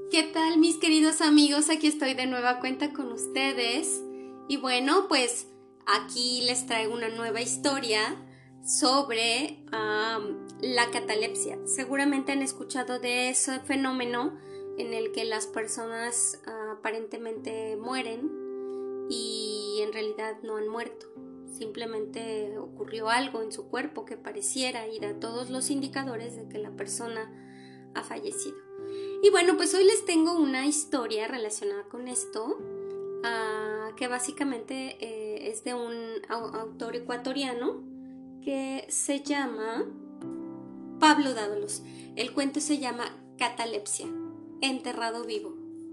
¿Qué tal, mis queridos amigos? Aquí estoy de nueva cuenta con ustedes. Y bueno, pues aquí les traigo una nueva historia sobre la catalepsia. Seguramente han escuchado de ese fenómeno en el que las personas aparentemente mueren y en realidad no han muerto. Simplemente ocurrió algo en su cuerpo que pareciera y da todos los indicadores de que la persona ha fallecido. Y bueno, pues hoy les tengo una historia relacionada con esto, que básicamente es de un autor ecuatoriano que se llama Pablo Dávalos. El cuento se llama Catalepsia, enterrado vivo.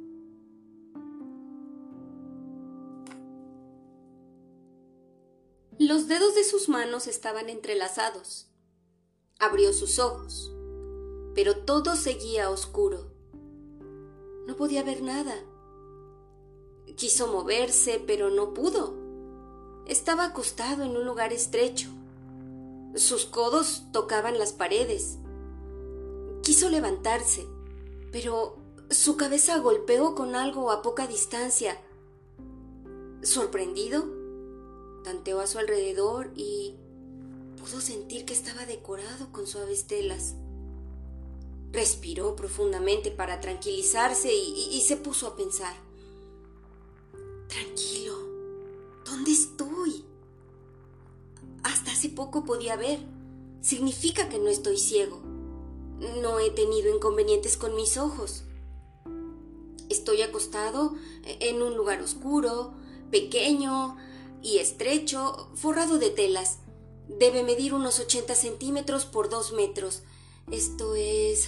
Los dedos de sus manos estaban entrelazados. Abrió sus ojos, pero todo seguía oscuro. No podía ver nada. Quiso moverse, pero no pudo. Estaba acostado en un lugar estrecho. Sus codos tocaban las paredes. Quiso levantarse, pero su cabeza golpeó con algo a poca distancia. Sorprendido, tanteó a su alrededor y pudo sentir que estaba decorado con suaves telas. Respiró profundamente para tranquilizarse y se puso a pensar. Tranquilo, ¿dónde estoy? Hasta hace poco podía ver. Significa que no estoy ciego. No he tenido inconvenientes con mis ojos. Estoy acostado en un lugar oscuro, pequeño y estrecho, forrado de telas. Debe medir unos 80 centímetros por 2 metros. Esto es...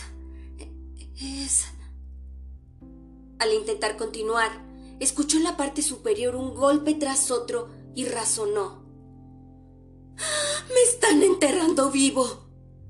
Al intentar continuar, escuchó en la parte superior un golpe tras otro y razonó. ¡Me están enterrando vivo!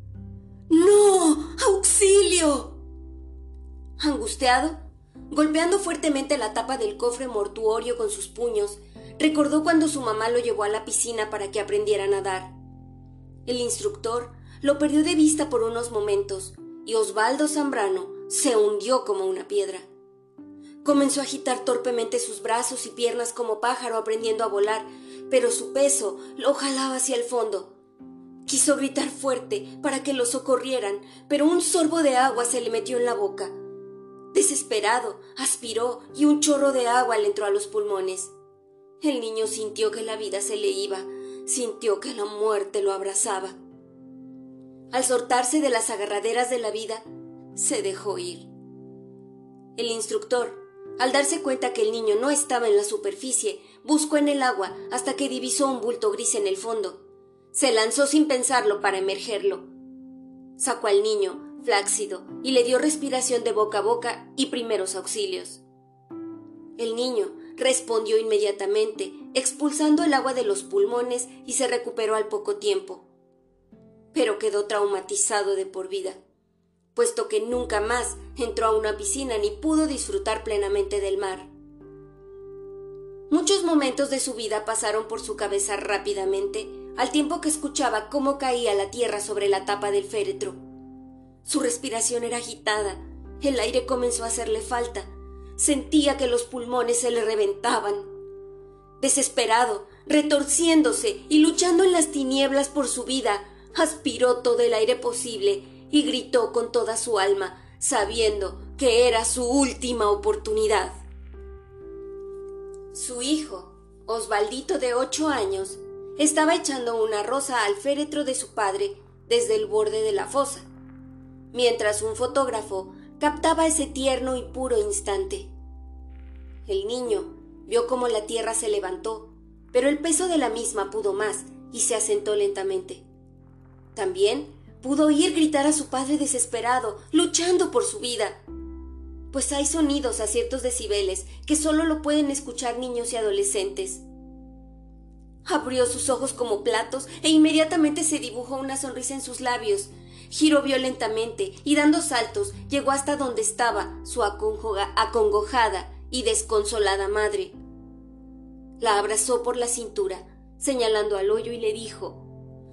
¡No! ¡Auxilio! Angustiado, golpeando fuertemente la tapa del cofre mortuorio con sus puños, recordó cuando su mamá lo llevó a la piscina para que aprendiera a nadar. El instructor lo perdió de vista por unos momentos y Osvaldo Zambrano se hundió como una piedra. Comenzó a agitar torpemente sus brazos y piernas como pájaro aprendiendo a volar, pero su peso lo jalaba hacia el fondo. Quiso gritar fuerte para que lo socorrieran, pero un sorbo de agua se le metió en la boca. Desesperado, aspiró y un chorro de agua le entró a los pulmones. El niño sintió que la vida se le iba, sintió que la muerte lo abrazaba. Al soltarse de las agarraderas de la vida, se dejó ir. El instructor, al darse cuenta que el niño no estaba en la superficie, buscó en el agua hasta que divisó un bulto gris en el fondo. Se lanzó sin pensarlo para emergerlo. Sacó al niño, flácido, y le dio respiración de boca a boca y primeros auxilios. El niño respondió inmediatamente, expulsando el agua de los pulmones y se recuperó al poco tiempo. Pero quedó traumatizado de por vida, puesto que nunca más entró a una piscina ni pudo disfrutar plenamente del mar. Muchos momentos de su vida pasaron por su cabeza rápidamente, al tiempo que escuchaba cómo caía la tierra sobre la tapa del féretro. Su respiración era agitada, el aire comenzó a hacerle falta, sentía que los pulmones se le reventaban. Desesperado, retorciéndose y luchando en las tinieblas por su vida, aspiró todo el aire posible y gritó con toda su alma, sabiendo que era su última oportunidad. Su hijo, Osvaldito de 8 años, estaba echando una rosa al féretro de su padre desde el borde de la fosa, mientras un fotógrafo captaba ese tierno y puro instante. El niño vio cómo la tierra se levantó, pero el peso de la misma pudo más y se asentó lentamente. También pudo oír gritar a su padre desesperado, luchando por su vida. Pues hay sonidos a ciertos decibeles que solo lo pueden escuchar niños y adolescentes. Abrió sus ojos como platos e inmediatamente se dibujó una sonrisa en sus labios. Giró violentamente y dando saltos llegó hasta donde estaba su acongojada y desconsolada madre. La abrazó por la cintura, señalando al hoyo y le dijo: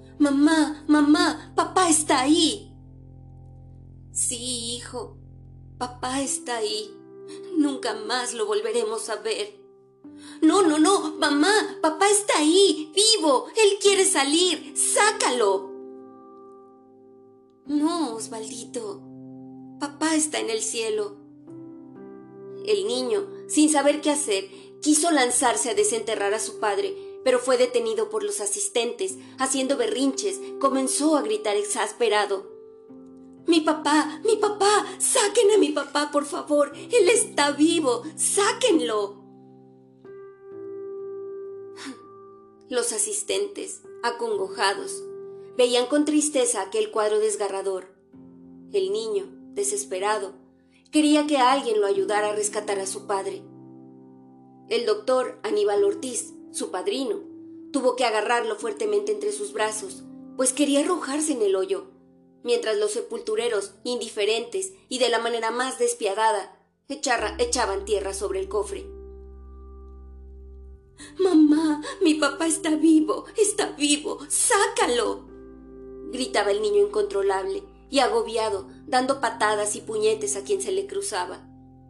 «Mamá, mamá, papá está ahí». «Sí, hijo», Papá está ahí. Nunca más lo volveremos a ver. No, mamá, papá está ahí, vivo. Él quiere salir. ¡Sácalo! No, Osvaldito. Papá está en el cielo. El niño, sin saber qué hacer, quiso lanzarse a desenterrar a su padre, pero fue detenido por los asistentes. Haciendo berrinches, comenzó a gritar exasperado. ¡Mi papá! ¡Mi papá! ¡Saquen a mi papá, por favor! ¡Él está vivo! ¡Sáquenlo! Los asistentes, acongojados, veían con tristeza aquel cuadro desgarrador. El niño, desesperado, quería que alguien lo ayudara a rescatar a su padre. El doctor Aníbal Ortiz, su padrino, tuvo que agarrarlo fuertemente entre sus brazos, pues quería arrojarse en el hoyo, mientras los sepultureros, indiferentes y de la manera más despiadada, echaban tierra sobre el cofre. «Mamá, mi papá está vivo, sácalo», gritaba el niño incontrolable y agobiado, dando patadas y puñetes a quien se le cruzaba.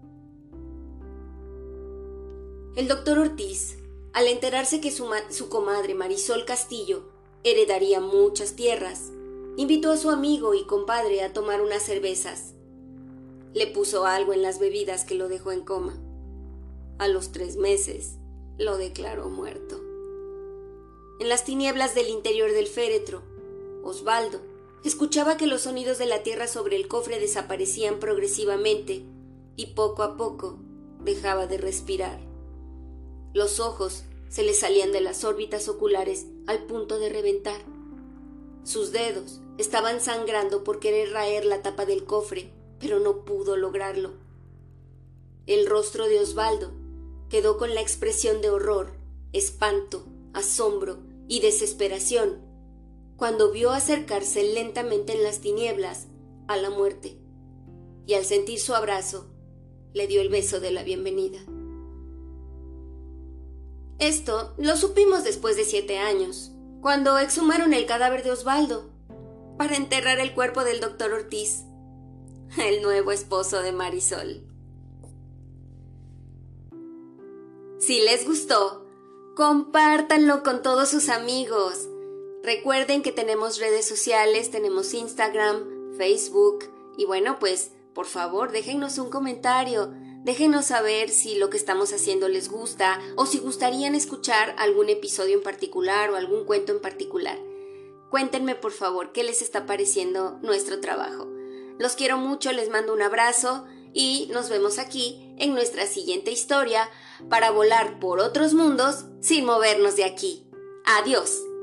El doctor Ortiz, al enterarse que su comadre Marisol Castillo heredaría muchas tierras, invitó a su amigo y compadre a tomar unas cervezas. Le puso algo en las bebidas que lo dejó en coma. A los 3 meses lo declaró muerto. En las tinieblas del interior del féretro, Osvaldo escuchaba que los sonidos de la tierra sobre el cofre desaparecían progresivamente y poco a poco dejaba de respirar. Los ojos se le salían de las órbitas oculares al punto de reventar. Sus dedos estaban sangrando por querer raer la tapa del cofre, pero no pudo lograrlo. El rostro de Osvaldo quedó con la expresión de horror, espanto, asombro y desesperación cuando vio acercarse lentamente en las tinieblas a la muerte, y al sentir su abrazo, le dio el beso de la bienvenida. Esto lo supimos después de 7 años, cuando exhumaron el cadáver de Osvaldo para enterrar el cuerpo del doctor Ortiz, el nuevo esposo de Marisol. Si les gustó, compártanlo con todos sus amigos. Recuerden que tenemos redes sociales, tenemos Instagram, Facebook, y bueno, pues, por favor, déjennos un comentario. Déjenos saber si lo que estamos haciendo les gusta o si gustarían escuchar algún episodio en particular o algún cuento en particular. Cuéntenme, por favor, qué les está pareciendo nuestro trabajo. Los quiero mucho, les mando un abrazo y nos vemos aquí en nuestra siguiente historia para volar por otros mundos sin movernos de aquí. ¡Adiós!